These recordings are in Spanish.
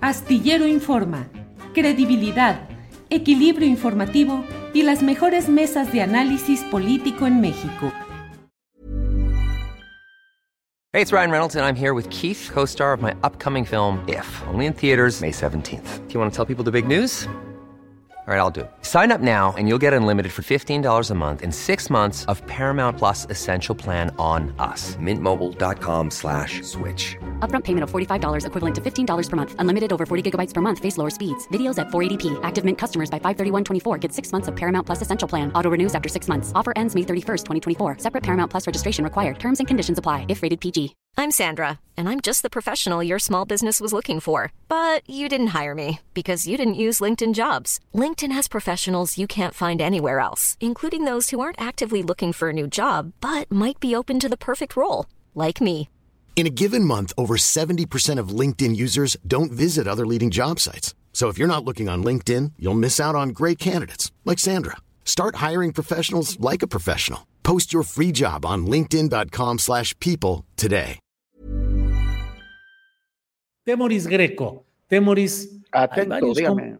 Astillero Informa, credibilidad, equilibrio informativo y las mejores mesas de análisis político en México. Hey, it's Ryan Reynolds, and I'm here with Keith, co-star of my upcoming film, If, only in theaters May 17th. Do you want to tell people the big news? All right, I'll do it. Sign up now and you'll get unlimited for $15 a month and 6 months of Paramount Plus Essential Plan on us. MintMobile.com/switch. Upfront payment of $45 equivalent to $15 per month. Unlimited over 40 gigabytes per month. Face lower speeds. Videos at 480p. Active Mint customers by 531.24 get 6 months of Paramount Plus Essential Plan. Auto renews after 6 months. Offer ends May 31st, 2024. Separate Paramount Plus registration required. Terms and conditions apply if rated PG. I'm Sandra, and I'm just the professional your small business was looking for. But you didn't hire me because you didn't use LinkedIn Jobs. LinkedIn has professionals you can't find anywhere else, including those who aren't actively looking for a new job, but might be open to the perfect role, like me. In a given month, over 70% of LinkedIn users don't visit other leading job sites. So if you're not looking on LinkedIn, you'll miss out on great candidates like Sandra. Start hiring professionals like a professional. Post your free job on linkedin.com/people today. Temoris Greco. Temoris. Atento, dígame.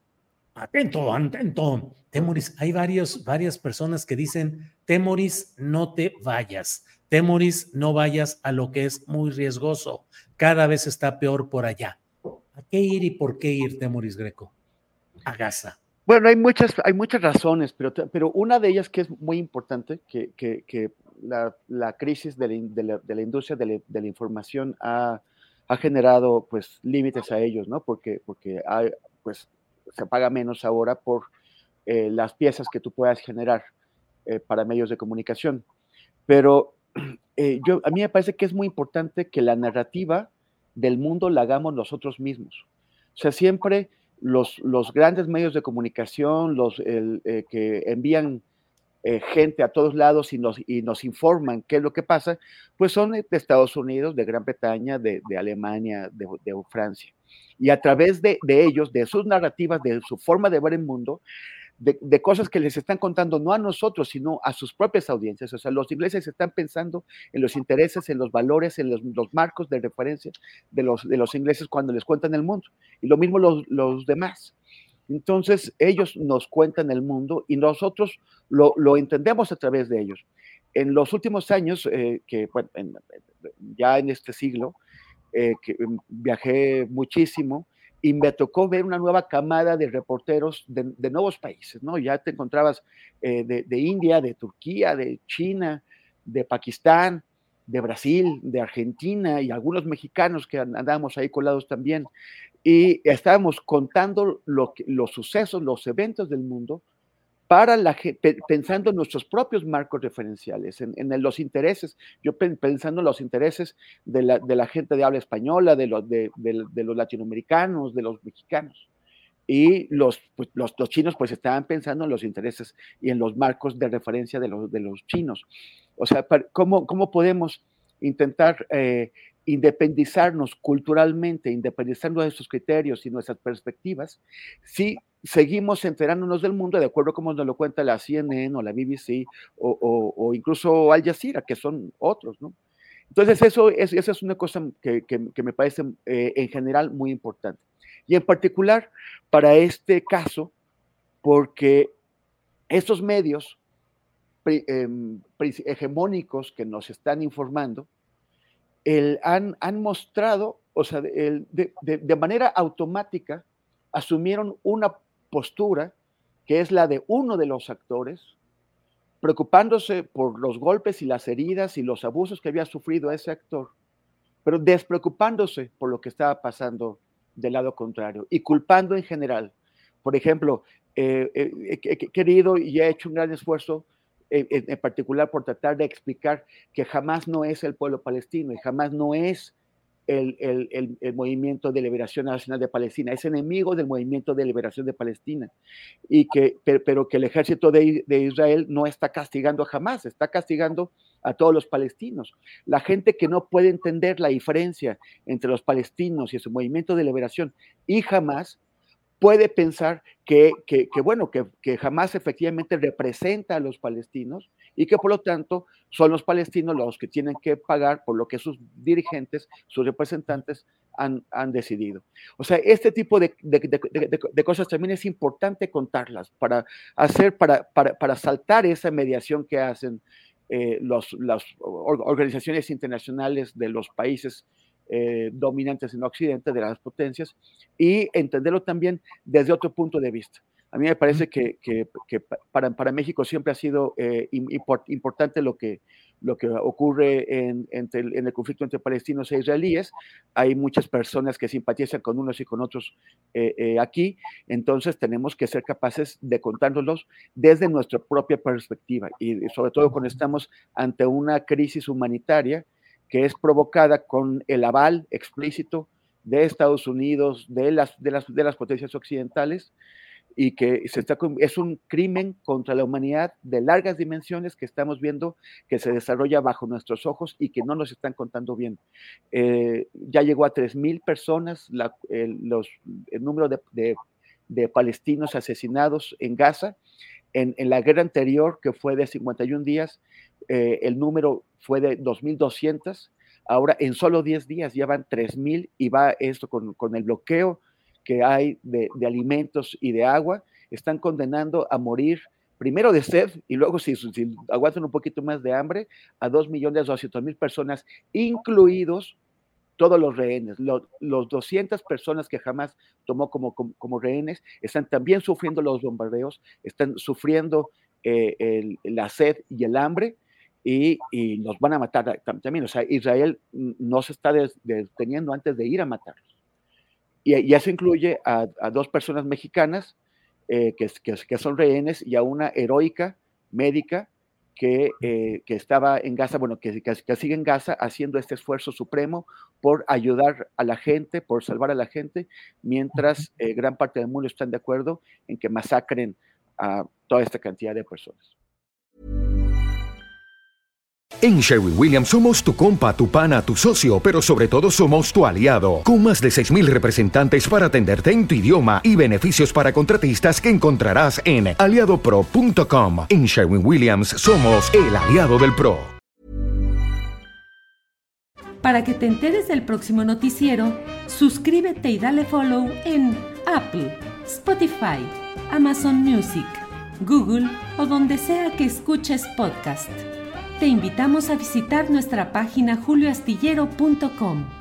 Atento. Temoris, hay varias personas que dicen, Temoris, no te vayas. Temoris, no vayas a lo que es muy riesgoso. Cada vez está peor por allá. ¿A qué ir y por qué ir, Temoris Greco? A Gaza. Bueno, hay muchas razones, pero una de ellas que es muy importante, que la crisis de la industria de la información ha generado pues límites a ellos, ¿no? Porque hay, pues se paga menos ahora por las piezas que tú puedas generar para medios de comunicación. Pero a mí me parece que es muy importante que la narrativa del mundo la hagamos nosotros mismos. O sea, siempre los grandes medios de comunicación, que envían gente a todos lados y nos informan qué es lo que pasa, pues son de Estados Unidos, de Gran Bretaña, de Alemania, de Francia. Y a través de ellos, de sus narrativas, de su forma de ver el mundo, de cosas que les están contando no a nosotros, sino a sus propias audiencias. O sea, los ingleses están pensando en los intereses, en los valores, en los marcos de referencia de los ingleses cuando les cuentan el mundo. Y lo mismo los demás. Entonces, ellos nos cuentan el mundo y nosotros lo entendemos a través de ellos. En los últimos años, ya en este siglo, que viajé muchísimo y me tocó ver una nueva camada de reporteros de nuevos países, ¿no? Ya te encontrabas de India, de Turquía, de China, de Pakistán, de Brasil, de Argentina y algunos mexicanos que andábamos ahí colados también. Y estábamos contando los sucesos, los eventos del mundo, pensando en nuestros propios marcos referenciales, en los intereses, yo pensando en los intereses de la gente de habla española, de los latinoamericanos, de los mexicanos. Y los chinos pues estaban pensando en los intereses y en los marcos de referencia de los chinos. O sea, ¿cómo podemos intentar independizarnos culturalmente, independizarnos de nuestros criterios y nuestras perspectivas, si seguimos enterándonos del mundo de acuerdo a cómo nos lo cuenta la CNN o la BBC o incluso Al Jazeera, que son otros, ¿no? Entonces esa es una cosa que me parece en general muy importante. Y en particular para este caso, porque estos medios hegemónicos que nos están informando, han mostrado, o sea, de manera automática, asumieron una postura que es la de uno de los actores, preocupándose por los golpes y las heridas y los abusos que había sufrido ese actor, pero despreocupándose por lo que estaba pasando del lado contrario y culpando en general. Por ejemplo, he querido y he hecho un gran esfuerzo en particular por tratar de explicar que Hamás no es el pueblo palestino y Hamás no es el movimiento de liberación nacional de Palestina, es enemigo del movimiento de liberación de Palestina, pero que el ejército de Israel no está castigando a Hamás, está castigando a todos los palestinos. La gente que no puede entender la diferencia entre los palestinos y su movimiento de liberación y Hamás, puede pensar que Hamás efectivamente representa a los palestinos y que por lo tanto son los palestinos los que tienen que pagar por lo que sus dirigentes, sus representantes han decidido. O sea, este tipo de cosas también es importante contarlas para saltar esa mediación que hacen las organizaciones internacionales de los países dominantes en Occidente, de las potencias, y entenderlo también desde otro punto de vista. A mí me parece que para México siempre ha sido importante lo que ocurre en el conflicto entre palestinos e israelíes. Hay muchas personas que simpatizan con unos y con otros aquí, entonces tenemos que ser capaces de contárnoslos desde nuestra propia perspectiva, y sobre todo cuando estamos ante una crisis humanitaria que es provocada con el aval explícito de Estados Unidos, de las potencias occidentales, y que es un crimen contra la humanidad de largas dimensiones que estamos viendo que se desarrolla bajo nuestros ojos y que no nos están contando bien. Ya llegó a 3,000 personas el número de palestinos asesinados en Gaza. En la guerra anterior, que fue de 51 días, el número fue de 2,200. Ahora, en solo 10 días ya van 3,000, y va esto con el bloqueo que hay de alimentos y de agua. Están condenando a morir primero de sed, y luego, si aguantan un poquito más, de hambre, a 2,200,000 personas, incluidos todos los rehenes. Los 200 personas que Hamás tomó como rehenes están también sufriendo los bombardeos, están sufriendo la sed y el hambre, y los van a matar también. O sea, Israel no se está deteniendo antes de ir a matarlos. Y eso incluye a 2 personas mexicanas que son rehenes, y a una heroica médica que estaba en Gaza, bueno, que sigue en Gaza haciendo este esfuerzo supremo por ayudar a la gente, por salvar a la gente, mientras gran parte del mundo están de acuerdo en que masacren a toda esta cantidad de personas. En Sherwin-Williams somos tu compa, tu pana, tu socio, pero sobre todo somos tu aliado, con más de 6,000 representantes para atenderte en tu idioma y beneficios para contratistas que encontrarás en aliadopro.com. En Sherwin-Williams somos el aliado del pro. Para que te enteres del próximo noticiero, suscríbete y dale follow en Apple, Spotify, Amazon Music, Google o donde sea que escuches podcast. Te invitamos a visitar nuestra página julioastillero.com.